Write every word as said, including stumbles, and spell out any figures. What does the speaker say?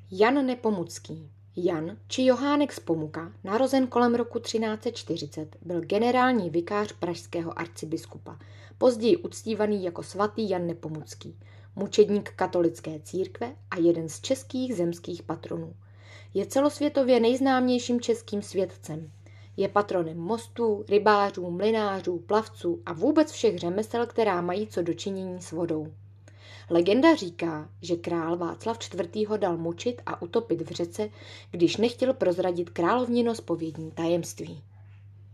Jan Nepomucký. Jan, či Johánek z Pomuka, narozen kolem roku třináct set čtyřicet, byl generální vikář pražského arcibiskupa, později uctívaný jako svatý Jan Nepomucký, mučedník katolické církve a jeden z českých zemských patronů. Je celosvětově nejznámějším českým světcem. Je patronem mostů, rybářů, mlynářů, plavců a vůbec všech řemesel, která mají co dočinění s vodou. Legenda říká, že král Václav čtvrtý. Ho dal mučit a utopit v řece, když nechtěl prozradit královnino zpovědní tajemství.